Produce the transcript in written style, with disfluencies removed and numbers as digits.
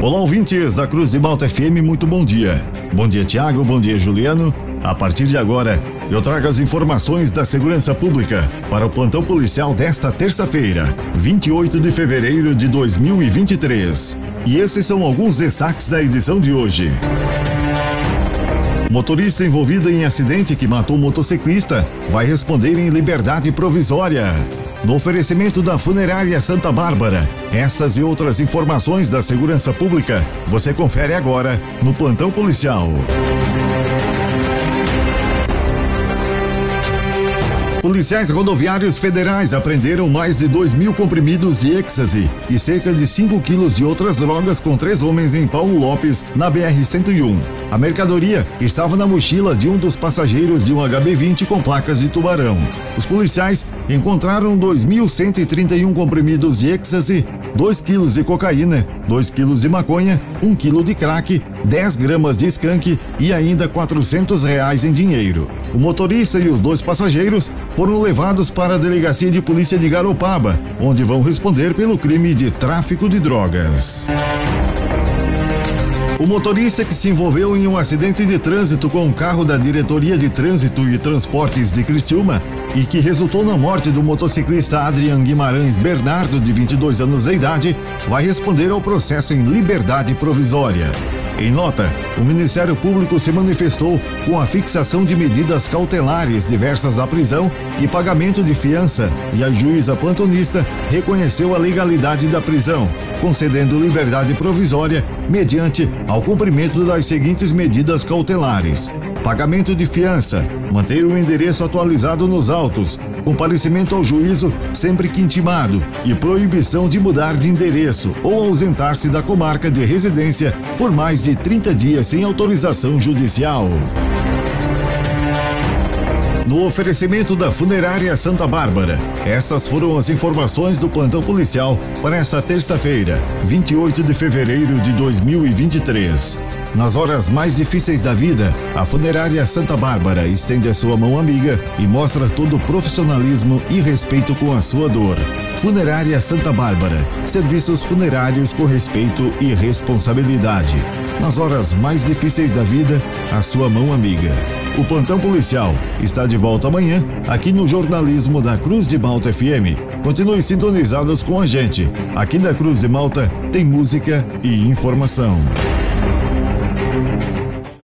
Olá, ouvintes da Cruz de Malta FM, muito bom dia. Bom dia, Tiago, bom dia, Juliano. A partir de agora, eu trago as informações da segurança pública para o plantão policial desta terça-feira, 28 de fevereiro de 2023. E esses são alguns destaques da edição de hoje. Motorista envolvido em acidente que matou motociclista vai responder em liberdade provisória. No oferecimento da Funerária Santa Bárbara, estas e outras informações da segurança pública você confere agora no Plantão Policial. Policiais rodoviários federais apreenderam mais de 2.000 comprimidos de êxtase e cerca de 5 quilos de outras drogas com 3 homens em Paulo Lopes, na BR-101. A mercadoria estava na mochila de um dos passageiros de um HB20 com placas de Tubarão. Os policiais encontraram 2.131 comprimidos de êxtase, 2 quilos de cocaína, 2 quilos de maconha, 1 quilo de crack, 10 gramas de skunk e ainda R$400 em dinheiro. O motorista e os 2 passageiros foram levados para a Delegacia de Polícia de Garopaba, onde vão responder pelo crime de tráfico de drogas. O motorista que se envolveu em um acidente de trânsito com um carro da Diretoria de Trânsito e Transportes de Criciúma e que resultou na morte do motociclista Adrian Guimarães Bernardo, de 22 anos de idade, vai responder ao processo em liberdade provisória. Em nota, o Ministério Público se manifestou com a fixação de medidas cautelares diversas à prisão e pagamento de fiança, e a juíza plantonista reconheceu a legalidade da prisão, concedendo liberdade provisória mediante ao cumprimento das seguintes medidas cautelares: pagamento de fiança, manter o endereço atualizado nos autos, comparecimento ao juízo sempre que intimado e proibição de mudar de endereço ou ausentar-se da comarca de residência por mais de 30 dias sem autorização judicial. No oferecimento da Funerária Santa Bárbara, estas foram as informações do plantão policial para esta terça-feira, 28 de fevereiro de 2023. Nas horas mais difíceis da vida, a Funerária Santa Bárbara estende a sua mão amiga e mostra todo o profissionalismo e respeito com a sua dor. Funerária Santa Bárbara, serviços funerários com respeito e responsabilidade. Nas horas mais difíceis da vida, a sua mão amiga. O Plantão Policial está de volta amanhã, aqui no jornalismo da Cruz de Malta FM. Continue sintonizados com a gente. Aqui na Cruz de Malta tem música e informação.